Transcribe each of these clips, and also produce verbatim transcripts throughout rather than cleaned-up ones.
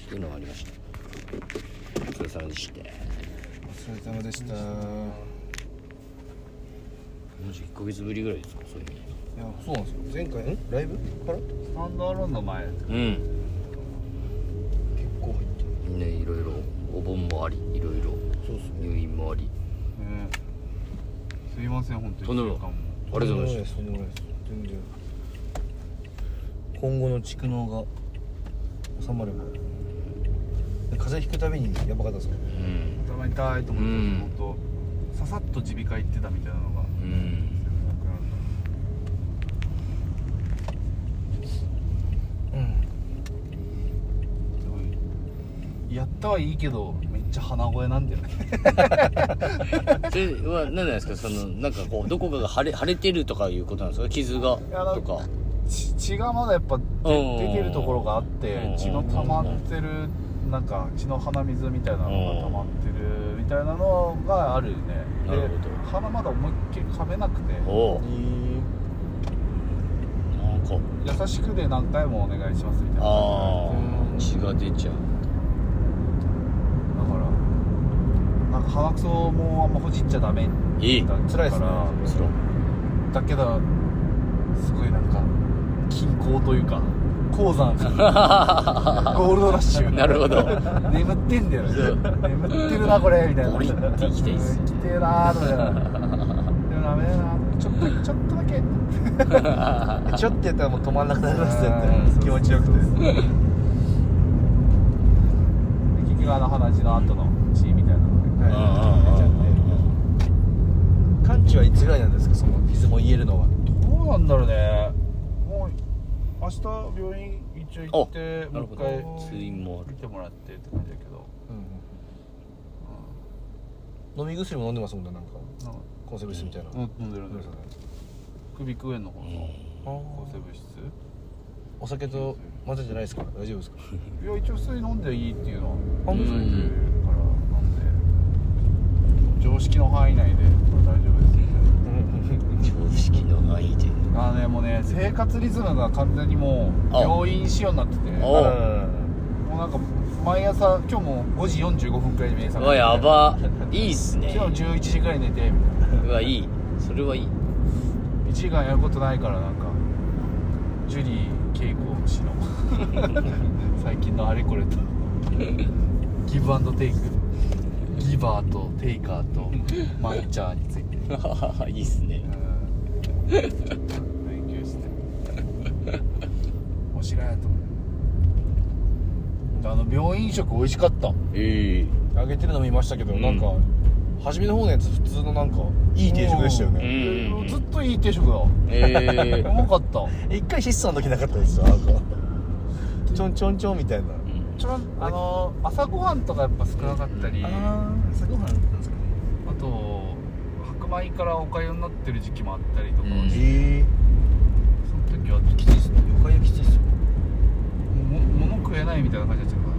っていうのがありました。お疲れ様でした。 お疲れ様でした。 マジいっかげつぶりぐらいですか、そういう意味。 いや、そうなんですよ。前回んライブからスタンドアローンの前。 うん。 結構入ってる。 ね、いろいろお盆もあり、いろいろそうっすね。 入院もあり。 ね、すいません本当に。 とんでもない。ありがとうございます。 とんでもないです。全然。今後の蓄能が収まれば。風邪ひくたびにやばかったですね。 うん。 頭痛いと思って、 うん、 本当ささっと耳鼻科行ってたみたいなのが。 うん。 やったはいいけどめっちゃ鼻声なんだよね。 それは何なんですか、そのなんかこうどこかが腫れ腫れてるとかいうことなんですか、傷がとか。 血, 血がまだやっぱ出出てるところがあって血の溜まってるなんか血の鼻水みたいなのが溜まってるみたいなのがあるね。 なるほど。 で鼻まだ思いっきり噛めなくて、 おお、なんか優しくで何回もお願いしますみたいな。 ああ、血が出ちゃう。 だからなんか鼻くそもあんまほじっちゃダメいいだったから、 辛いっすねそうだけどすごいなんか均衡というか鉱山ゴールドラッシュ。 なるほど。 眠ってんだよね。眠ってるなこれみたいな。 ゴリっていきたいっす。 来てえなーとか。でもダメだな。ちょっとちょっとだけ。 ちょっとやったらもう止まんなくなりますようんって気持ちよくて。 結局あの鼻血の後の血みたいなのが出ちゃって。 完治はいつぐらいなんですか、その傷も癒えるのは。 どうなんだろうね。もう明日病院一応行ってなるほど。 もう一回通院もある。 見てもらってって感じだけど。 飲み薬も飲んでますもんね、なんかなんか抗生物質みたいな。 うん飲んでる飲んでる。首食えんの方の抗生物質。 お酒と混ぜてないですか、大丈夫ですか。 いや一応普通に飲んでいいっていうのはあんまり書いてるから飲んで常識の範囲内で大丈夫ですみ常識の範囲で。 たいな。あのねもうね生活リズムが完全にもうあ病院仕様になってて、 おもうなんか毎朝今日もごじよんじゅうごふんくらいに目覚めて、 うわやば、いいっすね。 昨日じゅういちじくらい寝てみたいな。 うわいい、それはいい。 いちじかんやることないからなんかジュリー恵子氏の最近のあれこれとギブアンドテイク、ギバーとテイカーとマイチャーについていいっすね。 勉強して面白いなと思って。あの病院食美味しかった。 ええあげてるの見ましたけど、 うんなんか初めの方のやつ普通のなんかいい定食でしたよね。 うんずっといい定食だ。 えうまかった。 一回質素の時なかったですよ、なんかちょんちょんちょんみたいな。 ちょあの朝ごはんとかやっぱ少なかったり、 ああ、朝ごはんなんですかね。 あと白米からおかゆになってる時期もあったりとかはうんして、 ええその時はきついっすね、おかゆきついっすよ。 も物食えないみたいな感じだったから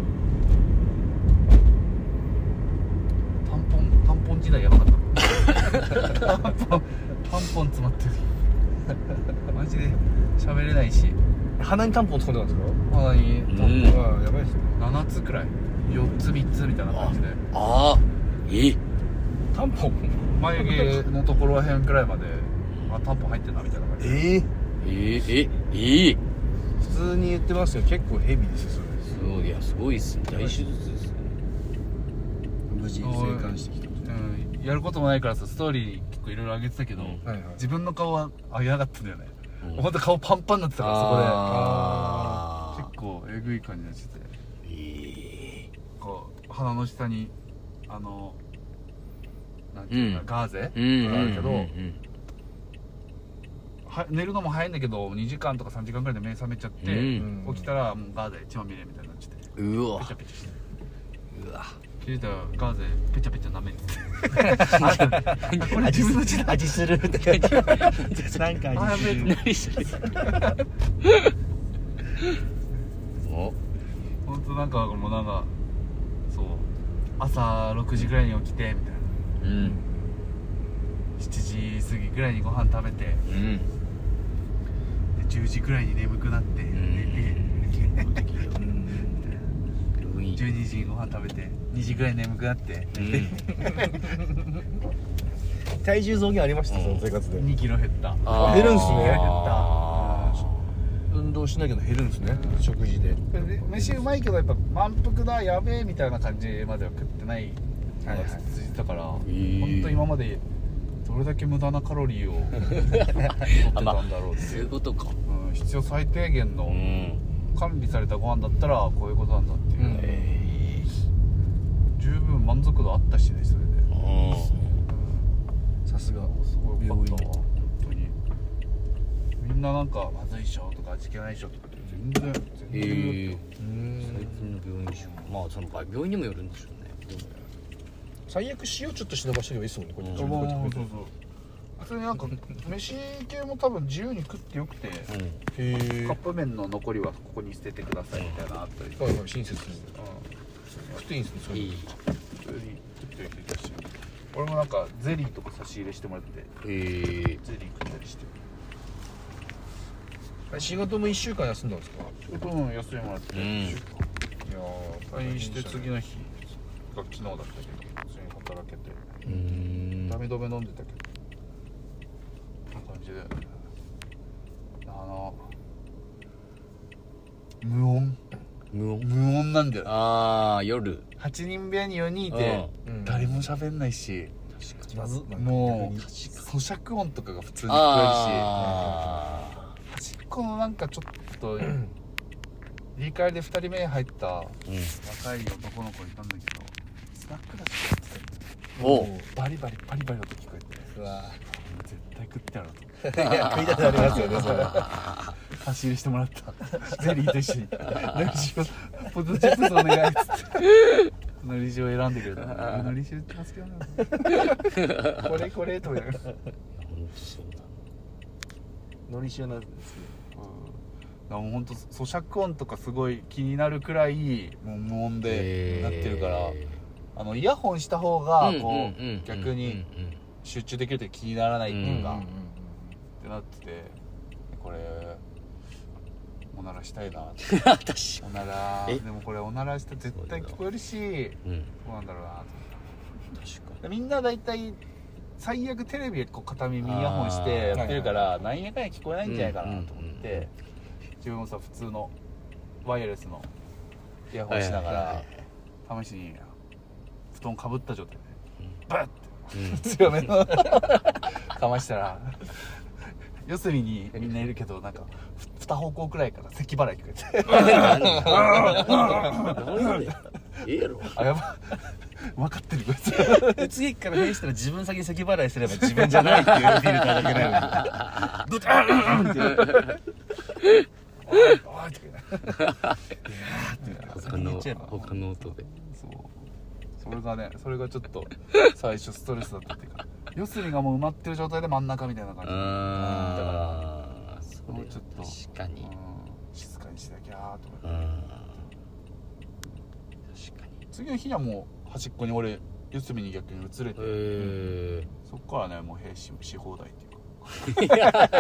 タンポンタンポン時代やばかったタンポンタンポン詰まってるマジで喋れないし、 鼻にタンポン突っ込んでたんです鼻にタンポン、 うんか。ああ、やばいっすね。 ななつくらいよっつみっつみたいな感じでああ、えタンポン眉毛のところらへんくらいまであタンポン入ってんなみたいな感じで、 ええええええ普通に言ってますよ、結構ヘビーですよ、それ。 そういやすごいっすね。大手術ですね。 無事生還してきて。 うん、やることもないからさストーリー結構いろいろ上げてたけど、 うんはいはい。 自分の顔は上げなかったんだよね、 うんほんと顔パンパンになってたからそこであー結構えぐい感じになってて、 えこう鼻の下にあのなんていうか、 うんガーゼえうんがあるけど、 うんうんは寝るのも早いんだけどにじかんとかさんじかんくらいで目覚めちゃって、 うん起きたらもうガーゼ血まみれみたいになっちゃってうん、うわペチャペチャしてうわ気づいたらガーゼペチャペチャ舐めててこれ自分の血だ味するって感じ。なんかあやべえ何それおほんとなんかもうなんかそう朝ろくじぐらいに起きてみたいなうんしちじ過ぎぐらいにご飯食べてうんでじゅうじぐらいに眠くなって寝て、 病院じゅうにじにご飯食べてにじぐらい眠くなってうん体重増減ありました、 うんその生活で。 にキロ減ったあー減るんすねあ運動しなきゃ減るんですね、食事で。 で飯うまいけどやっぱ満腹だやべえみたいな感じまでは食ってないのが続いてたから、 ーへー本当今までどれだけ無駄なカロリーを取ってたんだろうってそうい、 いううことか。 うん、必要最低限のうん管理されたご飯だったらこういうことなんだっていう、 うんえ十分満足度あったしねそれでーさすがすごい良かったわ病院本当に。みんななんかまずいっしょとか味気ないっしょとかって全然うん全然へえう最ん近の病院一緒まあその場合病院にもよるんでしょうね。 最悪塩ちょっと忍ばしてればいいですもんね、こうやってうんそうこうやってそうそう普通になんか飯系も多分自由に食ってよくてうんへえカップ麺の残りはここに捨ててくださいみたいなのあったり、 はいはい、親切にうん食っていいんですね、それ。 いい。 普通に食ってる人いたし俺もなんかゼリーとか差し入れしてもらってえー、 ゼリー食ったりしてあれ仕事もいっしゅうかん休んだんですか？ うん休みもらってうんいやー退院して次の日が昨日だったけど普通に働けてうーんダメ止め飲んでたけどこんな感じであの無音無音。 無音なんだよああ夜。 はちにん部屋によにんいてうん誰も喋んないしまずもう逆に咀嚼音とかが普通に聞こあえるし端っこのなんかちょっと理解でふたりめ入ったあ。うん。 若い男の子いたんだけどスナックだしやってておうバリバリバリバリ音聞こえてうわ絶対食ってやろうと思っていや食いたくなりますよね、それ。 差し入れしてもらったゼリーと一緒にのり塩ポテトチップスお願いっつってのり塩選んでくれたのり塩って好きなんだこれこれと思いながらほんとそうだ。 のり塩なんですね。 だからもうほんと咀嚼音とかすごい気になるくらいもう無音でなってるから、あのイヤホンした方がこう逆に集中できると気にならないっていうか、 うんってなっててこれおならしたいなって確かおならえでもこれおならしたら絶対聞こえるしに。うん。 どうなんだろうなと思って確かでみんな大体最悪テレビでこう片耳イヤホンしてやってるからなんやかんや聞こえないんじゃないかなと思って自分もさ普通のワイヤレスのイヤホンしながら試しに布団かぶった状態でバッに。うん。 て強めのかましたら四隅にみんないるけどなんか二方向くらいから咳払い聞こえてなんでええやろ。 あやば分かってるこいつで次から返したら自分先に咳払いすれば自分じゃないっていうフィルターだけなのに。ドターンって。 おいおいって他の他の音で。 そうそれがねそれがちょっと最初ストレスだったっていうか四隅がもう埋まってる状態で真ん中みたいな感じだかああ。それらもうちょっと確かに。 うん静かにしなきゃーとうん。 思って確かに。 次の日にはもう端っこに俺四隅に逆に移れて、 へそっからねもう閉止し放題っていうか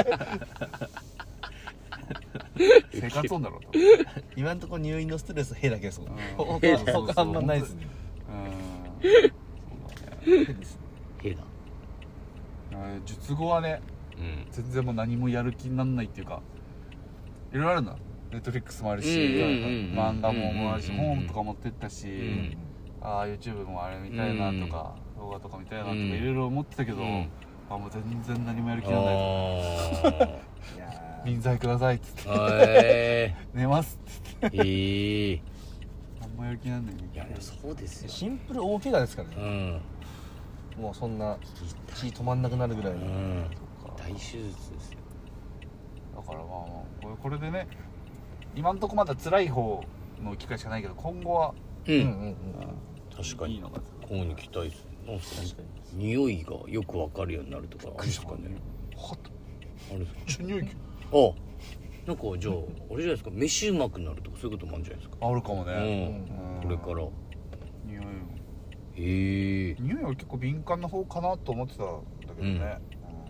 生活音だろうと今んところ入院のストレスへだけですもん。 うん他他あんまないですね。 うんそうだねへですね。 え。へだ。 あれ術後はねうん。 全然もう何もやる気にならないっていうかいろいろあるんだネットフリックスもあるし、 うんうんうんうん漫画もあるし、 うんうんうん本とか持ってったし、 んああ YouTube もあれ見たいなとか、動画とか見たいなとかうんいろいろ思ってたけど、 うんあもう全然何もやる気にならないあいや臨済くださいっつってあ。へ寝ますっつってえ。へえ。 何もやる気にならないいやそうですよ。 シンプル大怪我ですからうね。 ん。 もうそんな気止まんなくなるぐらいの。 うん。 そっか大手術ですよ。 だからまあまあこれこれでね今んとこまだ辛い方の機会しかないけど今後はう。 うんうんうん。 確かに。 いいのかこうに期待する。なんすか。匂いがよくわかるようになるとかあるんですかね。 はっあるんですか。 ちょ匂いあ、なんかじゃああれじゃないですか。飯うまくなるとかそういうこともあるんじゃないですか。 あるかもね、 うん。これから。 匂いへえ。 匂いは結構敏感な方かなと思ってたんだけどね、 うんうんだから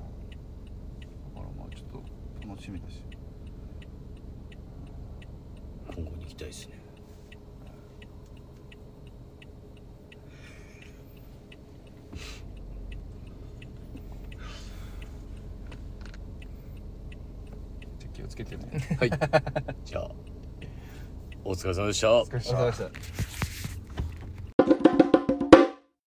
まあちょっと楽しみだし今後に期待ですね。 つけてねはいじゃあお疲れ様でしたお疲れ様でしたお疲れ様でした